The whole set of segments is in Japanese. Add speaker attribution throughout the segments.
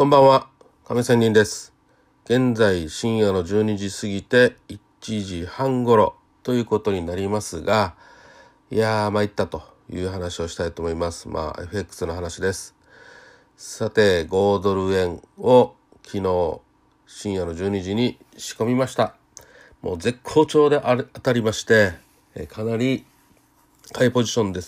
Speaker 1: こんばんは、亀仙人です。現在深夜の12時過ぎて1時半頃ということになりますが、参ったという話をしたいと思います。FX の話です。さて、5ドル円を昨日深夜の12時に仕込みました。もう絶好調で当たりまして、かなりハイポジションです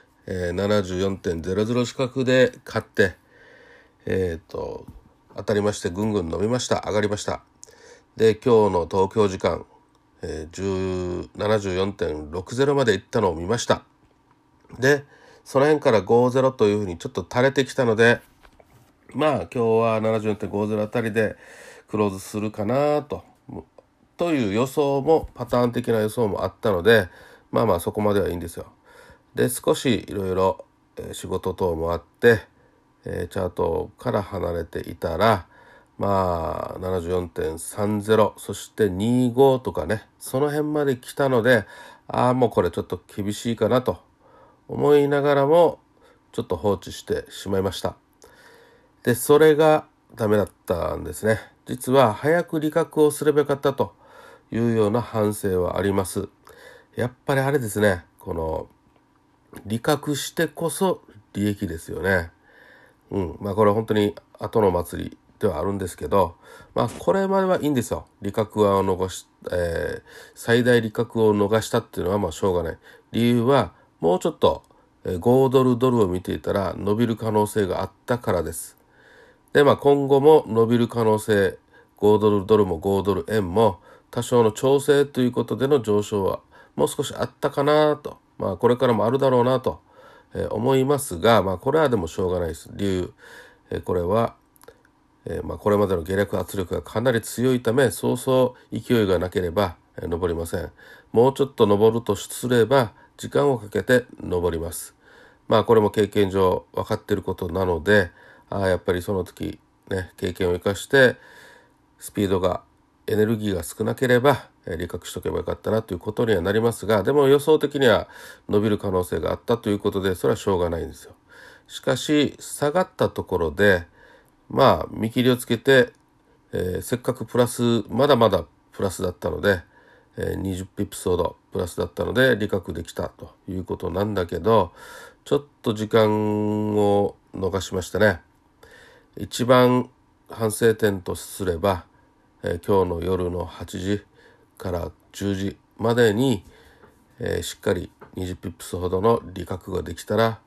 Speaker 1: 。74.00 近くで買って、当たりましてぐんぐん伸びました。上がりました。で、今日の東京時間、74.60 まで行ったのを見ました。で、その辺から50というふうにちょっと垂れてきたので、今日は 74.50 あたりでクローズするかなという予想も、パターン的な予想もあったので、そこまではいいんですよ。で、少しいろいろ仕事等もあって、チャートから離れていたら、74.30 そして25とかね、その辺まで来たので、もうこれちょっと厳しいかなと思いながらもちょっと放置してしまいました。で、それがダメだったんですね。実は早く利確をすればよかったというような反省はあります。やっぱりあれですね、この利確してこそ利益ですよね。これは本当に後の祭りではあるんですけど、これまではいいんですよ。利確は最大利確を逃したっていうのはしょうがない。理由はもうちょっと5ドルドルを見ていたら伸びる可能性があったからです。で、今後も伸びる可能性、5ドルドルも5ドル円も多少の調整ということでの上昇はもう少しあったかなと、これからもあるだろうなと思いますが、これはでもしょうがないです。理由、これは、これまでの下落圧力がかなり強いため、そうそう勢いがなければ上りません。もうちょっと上るとすれば時間をかけて上ります。これも経験上分かっていることなので、やっぱりその時ね、経験を生かしてスピードがエネルギーが少なければ利確しとけばよかったなということにはなりますが、でも予想的には伸びる可能性があったということで、それはしょうがないんですよ。しかし下がったところで見切りをつけて、せっかくまだまだプラスだったので、20ピップスほどプラスだったので利確できたということなんだけど、ちょっと時間を逃しましたね。一番反省点とすれば、今日の夜の8時から10時までに、しっかり20ピップスほどの利確ができたら、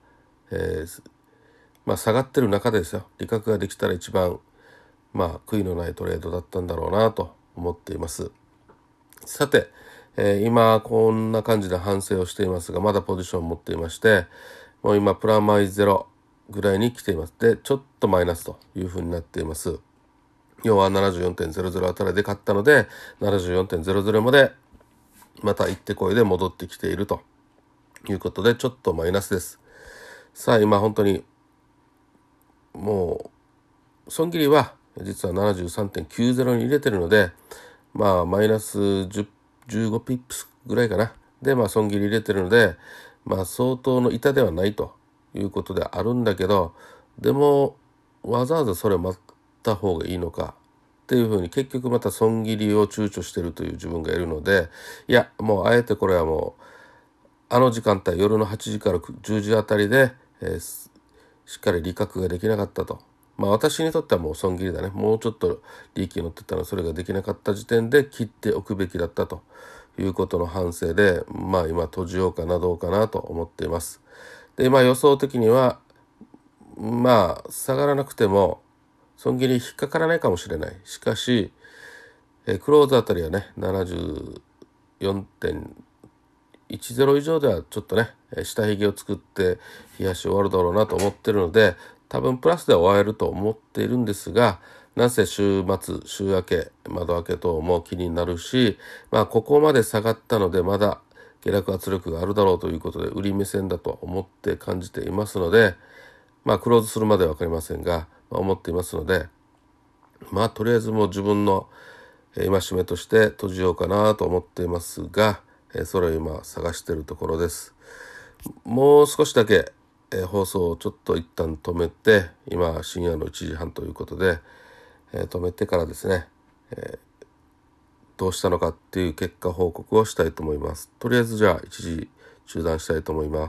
Speaker 1: 下がってる中でですよ、利確ができたら一番悔いのないトレードだったんだろうなと思っています。さて、今こんな感じで反省をしていますが、まだポジションを持っていまして、もう今プラマイゼロぐらいに来ています。で、ちょっとマイナスというふうになっています。要は 74.00 あたりで買ったので 74.00 までまた行ってこいで戻ってきているということで、ちょっとマイナスです。さあ、今本当にもう損切りは実は 73.90 に入れてるので、マイナス10 15ピップスぐらいかなで損切り入れてるので、相当の板ではないということであるんだけど、でもわざわざそれを待った方がいいのかっていうふうに、結局また損切りを躊躇しているという自分がいるので、もうあえてこれはもうあの時間帯、夜の8時から10時あたりで、しっかり利確ができなかったと。私にとってはもう損切りだね。もうちょっと利益に乗ってたらそれができなかった時点で切っておくべきだったということの反省で、今閉じようかなどうかなと思っています。で、予想的には下がらなくても損切り引っかからないかもしれない。しかし、クローズあたりはね 74.10 以上ではちょっとね下髭を作って冷やし終わるだろうなと思ってるので、多分プラスで終わると思っているんですが、なぜ週末週明け窓開け等も気になるし、ここまで下がったのでまだ下落圧力があるだろうということで売り目線だと思って感じていますので、クローズするまでは分かりませんが、思っていますので、とりあえずもう自分の戒めとして閉じようかなと思っていますが、それを今探しているところです。もう少しだけ、 放送をちょっと一旦止めて、今深夜の1時半ということで、止めてからですね、どうしたのかっていう結果報告をしたいと思います。とりあえずじゃあ一時中断したいと思います。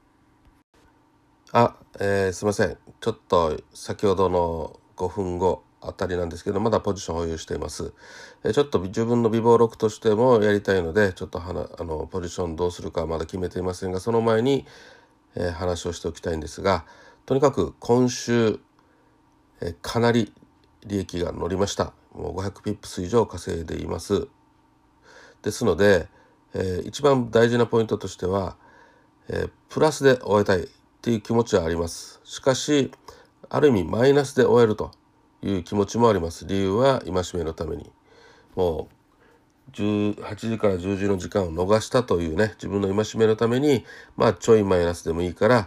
Speaker 1: すいません。ちょっと先ほどの5分後あたりなんですけど、まだポジション保有しています。ちょっと自分の備忘録としてもやりたいので、ちょっとポジションどうするかはまだ決めていませんが、その前に、話をしておきたいんですが、とにかく今週、かなり利益が乗りました。もう500ピップス以上稼いでいます。ですので、一番大事なポイントとしては、プラスで終えたいっていう気持ちはあります。しかしある意味マイナスで終えるという気持ちもあります。理由は戒めのために、もう18時から10時の時間を逃したというね、自分の戒めのために、ちょいマイナスでもいいから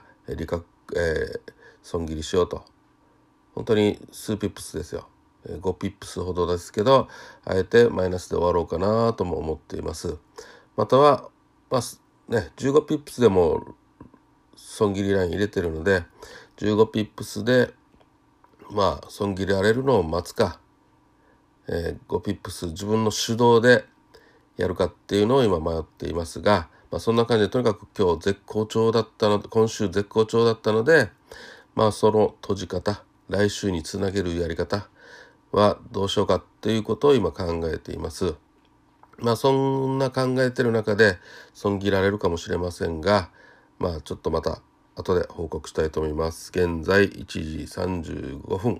Speaker 1: 損切りしようと。本当に数ピップスですよ。5ピップスほどですけど、あえてマイナスで終わろうかなとも思っています。または、15ピップスでも損切りライン入れてるので、15ピップスで損切り荒れるのを待つか、5ピップス自分の手動でやるかっていうのを今迷っていますが、そんな感じでとにかく今週絶好調だったので、その閉じ方、来週につなげるやり方はどうしようかっていうことを今考えています。そんな考えてる中で損切られるかもしれませんが、ちょっとまた後で報告したいと思います。現在1時35分。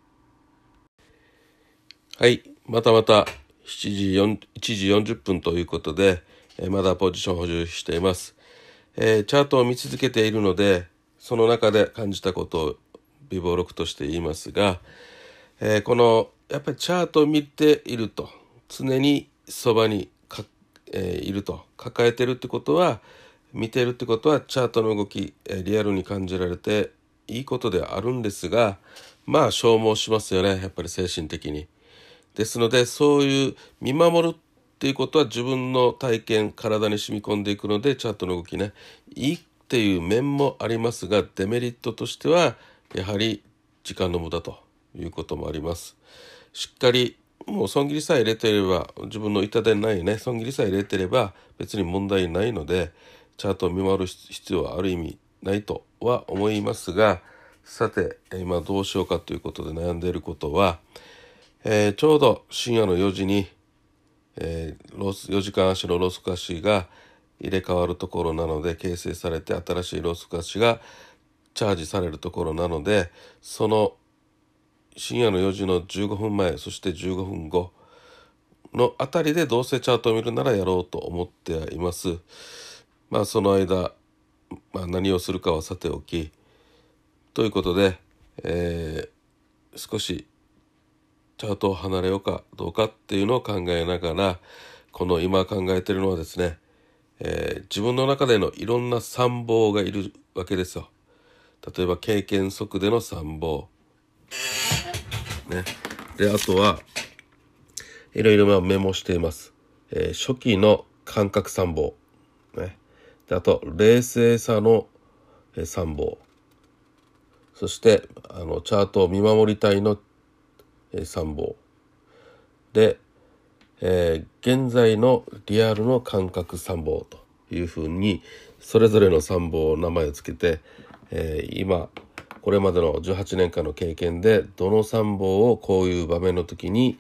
Speaker 1: はい、また1時40分ということで、まだポジション保持しています。チャートを見続けているので、その中で感じたことを備忘録として言いますが、このやっぱりチャートを見ていると、常にそばにいると、抱えてるってことは、見てるってことはチャートの動き、リアルに感じられていいことではあるんですが、消耗しますよね、やっぱり精神的に。ですので、そういう見守るっていうことは自分の体験、体に染み込んでいくので、チャートの動きね、いいっていう面もありますが、デメリットとしてはやはり時間の無駄ということもあります。しっかりもう損切りさえ入れていれば、自分の痛手ないね、損切りさえ入れていれば別に問題ないので、チャートを見守る必要はある意味ないとは思いますが、さて今どうしようかということで悩んでいることは、ちょうど深夜の4時に、4時間足のロスカシが入れ替わるところなので、形成されて新しいロスカシがチャージされるところなので、その深夜の4時の15分前、そして15分後のあたりでどうせチャートを見るならやろうと思っています。その間、何をするかはさておきということで、少しチャートを離れようかどうかっていうのを考えながら、この今考えているのはですね、自分の中でのいろんな参謀がいるわけですよ。例えば経験則での参謀、ね、であとはいろいろメモしています。初期の感覚参謀、ね、であと冷静さの参謀、そしてチャートを見守りたいの参謀で、現在のリアルの感覚参謀というふうにそれぞれの参謀を名前をつけて、今これまでの18年間の経験でどの参謀をこういう場面の時に、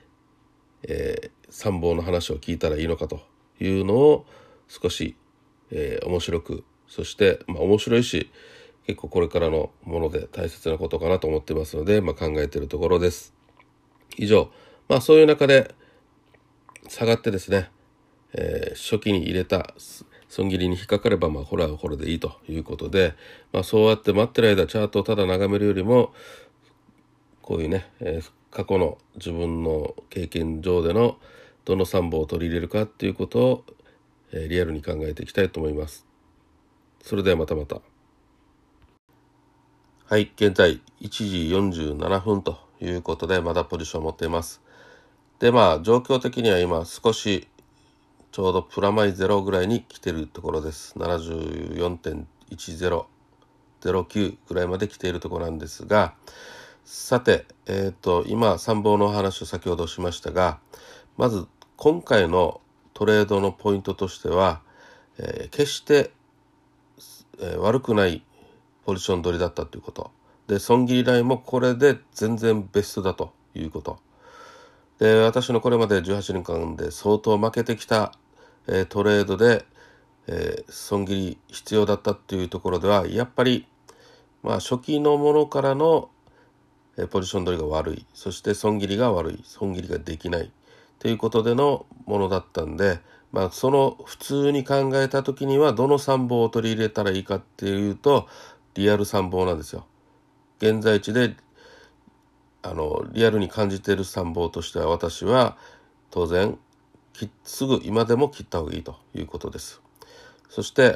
Speaker 1: 参謀の話を聞いたらいいのかというのを少し、面白く、そして面白いし結構これからのもので大切なことかなと思ってますので、考えているところです。以上、そういう中で下がってですね、初期に入れた損切りに引っかかればこれはこれでいいということで、そうやって待ってる間チャートをただ眺めるよりもこういうね、過去の自分の経験上でのどの参謀を取り入れるかっていうことを、リアルに考えていきたいと思います。それではまた。はい、現在1時47分ということでまだポジションを持っています。で状況的には今少しちょうどプラマイゼロぐらいに来てるところです。74.10 0.09ぐらいまで来ているところなんですが、さて、今参謀の話を先ほどしましたが、まず今回のトレードのポイントとしては、決して、悪くないポジション取りだったということで、損切りラインもこれで全然ベストだということで、私のこれまで18年間で相当負けてきた、トレードで、損切り必要だったというところでは、やっぱり初期のものからのポジション取りが悪い、そして損切りが悪い、損切りができないということでのものだったんで、その普通に考えた時にはどの参謀を取り入れたらいいかっていうと、リアル参謀なんですよ。現在地でリアルに感じている参謀としては、私は当然すぐ今でも切った方がいいということです。そして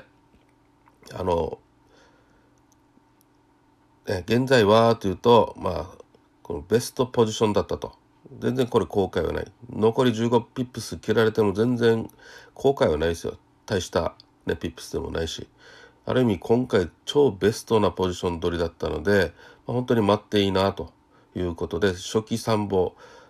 Speaker 1: 現在はというと、このベストポジションだったと。全然これ後悔はない。残り15ピップス切られても全然後悔はないですよ。大した、ピップスでもないし。ある意味今回超ベストなポジション取りだったので、本当に待っていいなということで、初期参謀、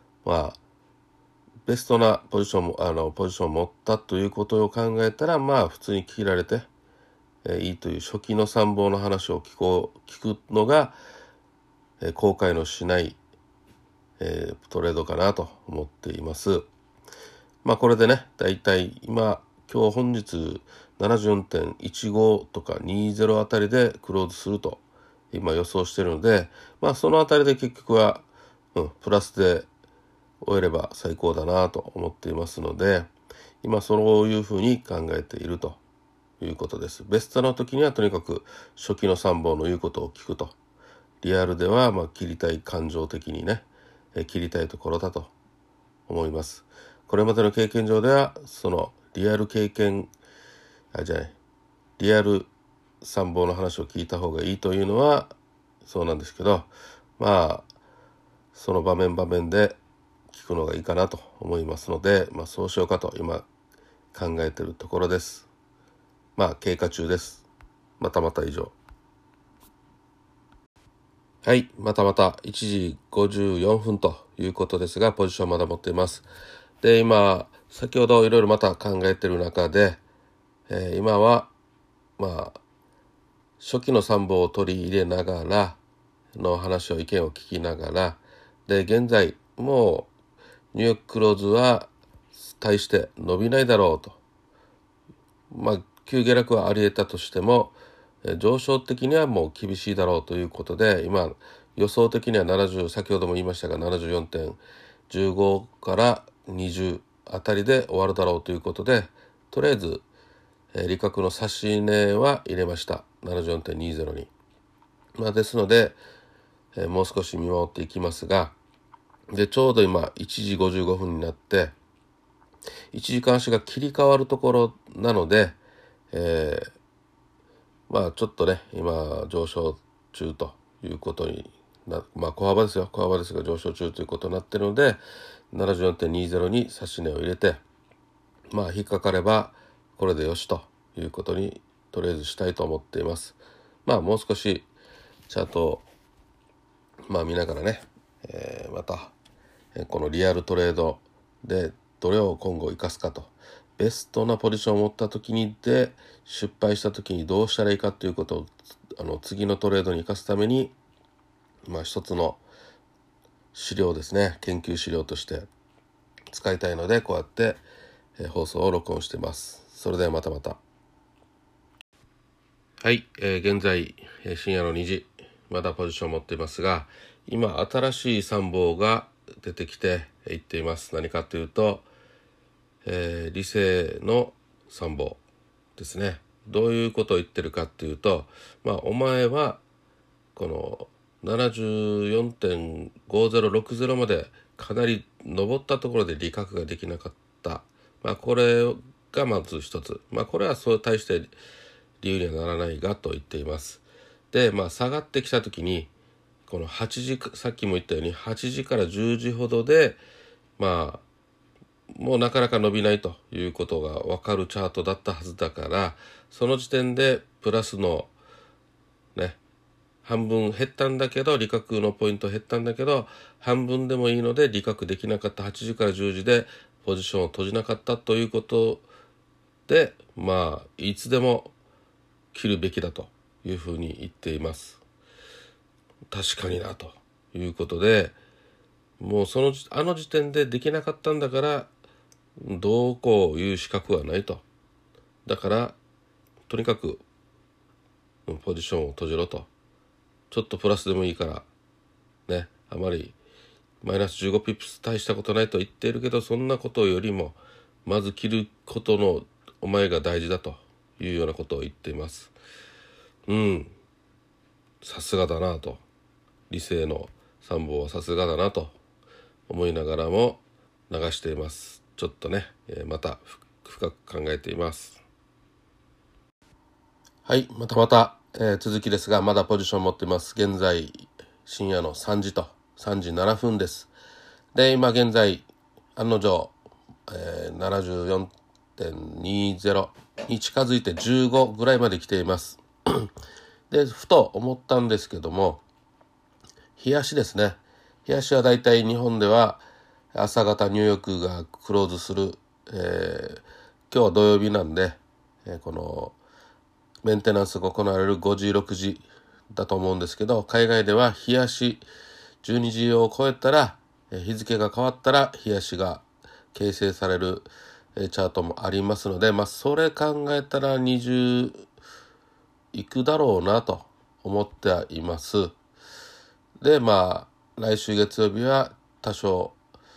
Speaker 1: ベストなポジションを持ったということを考えたら、普通に切られて、いいという初期の参謀の話を聞くのが、後悔のしない、トレードかなと思っています。これでね、だいたい今日本日 74.15 とか20あたりでクローズすると今予想しているので、そのあたりで結局は、プラスで終えれば最高だなと思っていますので、今そういうふうに考えているということです。ベストの時にはとにかく初期の参謀の言うことを聞くと。リアルでは切りたい、感情的にね、切りたいところだと思います。これまでの経験上ではそのリアル参謀の話を聞いた方がいいというのはそうなんですけど、その場面場面で聞くのがいいかなと思いますので、そうしようかと今考えているところです。経過中です。また以上。はい、また1時54分ということですが、ポジションまだ持っています。で、今先ほどいろいろまた考えている中で、今は初期の参謀を取り入れながらの話を意見を聞きながらで、現在もうニューヨーククローズは大して伸びないだろうと、急下落はあり得たとしても上昇的にはもう厳しいだろうということで、今予想的には先ほども言いましたが 74.15 から20あたりで終わるだろうということで、とりあえず利確の差し値は入れました。 74.20 に、ですので、もう少し見守っていきますが、でちょうど今1時55分になって1時間足が切り替わるところなので、ちょっとね今上昇中ということに小幅ですが上昇中ということになっているので 74.20 に差し値を入れて、引っかかればこれでよしということにとりあえずしたいと思っています。もう少しチャートを見ながらね、またこのリアルトレードでどれを今後生かすかと、ベストなポジションを持った時にで失敗した時にどうしたらいいかということを次のトレードに生かすために一つの資料ですね、研究資料として使いたいので、こうやって放送を録音しています。それではまた。はい、現在深夜の2時、まだポジションを持っていますが、今新しい参謀が出てきていっています。何かというと、理性の参謀ですね。どういうことを言ってるかというと、お前はこの 74.5060 までかなり上ったところで利確ができなかった。これがまず一つ。これはそう大して理由にはならないがと言っています。で、下がってきた時にこの8時、さっきも言ったように8時から10時ほどでもうなかなか伸びないということが分かるチャートだったはずだから、その時点でプラスのね半分減ったんだけど、利確のポイント減ったんだけど、半分でもいいので利確できなかった、8時から10時でポジションを閉じなかったということで、いつでも切るべきだというふうに言っています。確かになということで、もうあの時点でできなかったんだから、どうこういう資格はないと。だからとにかくポジションを閉じろと。ちょっとプラスでもいいからね、あまりマイナス15ピップス大したことないと言っているけど、そんなことよりもまず切ることのお前が大事だというようなことを言っています。さすがだなと、理性の参謀はさすがだなと思いながらも流しています。ちょっとね、また深く考えています。はい、また、続きですが、まだポジション持っています。現在深夜の3時7分です。で、今現在案の定、74.20 に近づいて15ぐらいまで来ています。で、ふと思ったんですけども、日足ですね。日足はだいたい日本では朝方ニューヨークがクローズする、今日は土曜日なんで、このメンテナンスが行われる5時6時だと思うんですけど、海外では日足12時を超えたら、日付が変わったら日足が形成されるチャートもありますので、それ考えたら20いくだろうなと思ってはいます。で、来週月曜日は多少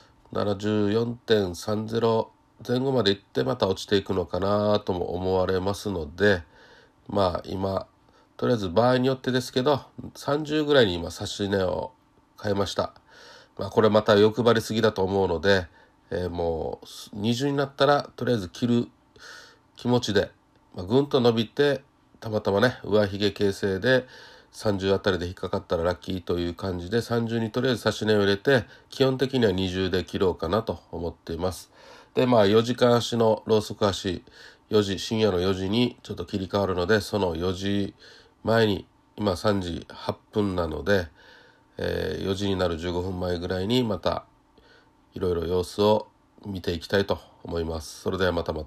Speaker 1: 74.30 前後まで行ってまた落ちていくのかなとも思われますので、今とりあえず場合によってですけど30ぐらいに今指し値を変えました。これまた欲張りすぎだと思うので、もう20になったらとりあえず切る気持ちで、ぐんと伸びてたまたまね上髭形成で30あたりで引っかかったらラッキーという感じで、30にとりあえず指し値を入れて、基本的には20で切ろうかなと思っています。で、4時間足のローソク足、深夜の4時にちょっと切り替わるので、その4時前に、今3時8分なので、4時になる15分前ぐらいにまたいろいろ様子を見ていきたいと思います。それではまた。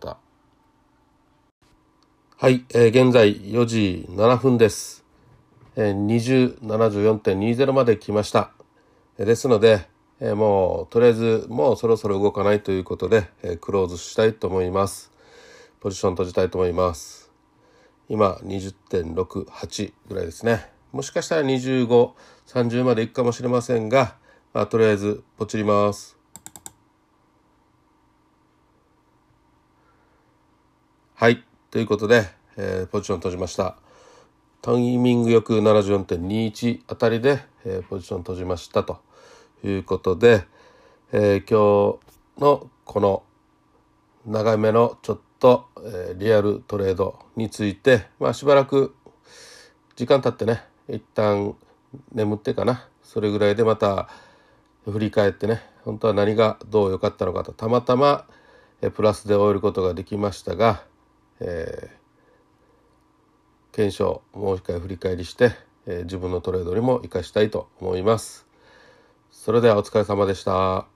Speaker 1: はい、現在4時7分です。2074.20 まで来ました。ですので、もうとりあえずもうそろそろ動かないということで、クローズしたいと思います。ポジション閉じたいと思います。今 20.68 ぐらいですね。もしかしたら25、30までいくかもしれませんが、とりあえずポチります。はい、ということで、ポジション閉じました。タイミングよく 74.21 あたりで、ポジション閉じましたということで、今日のこの長めのちょっと、リアルトレードについて、しばらく時間経ってね、一旦眠ってかな、それぐらいでまた振り返ってね、本当は何がどう良かったのかと、たまたまプラスで終えることができましたが、検証もう一回振り返りして、自分のトレードにも生かしたいと思います。それではお疲れ様でした。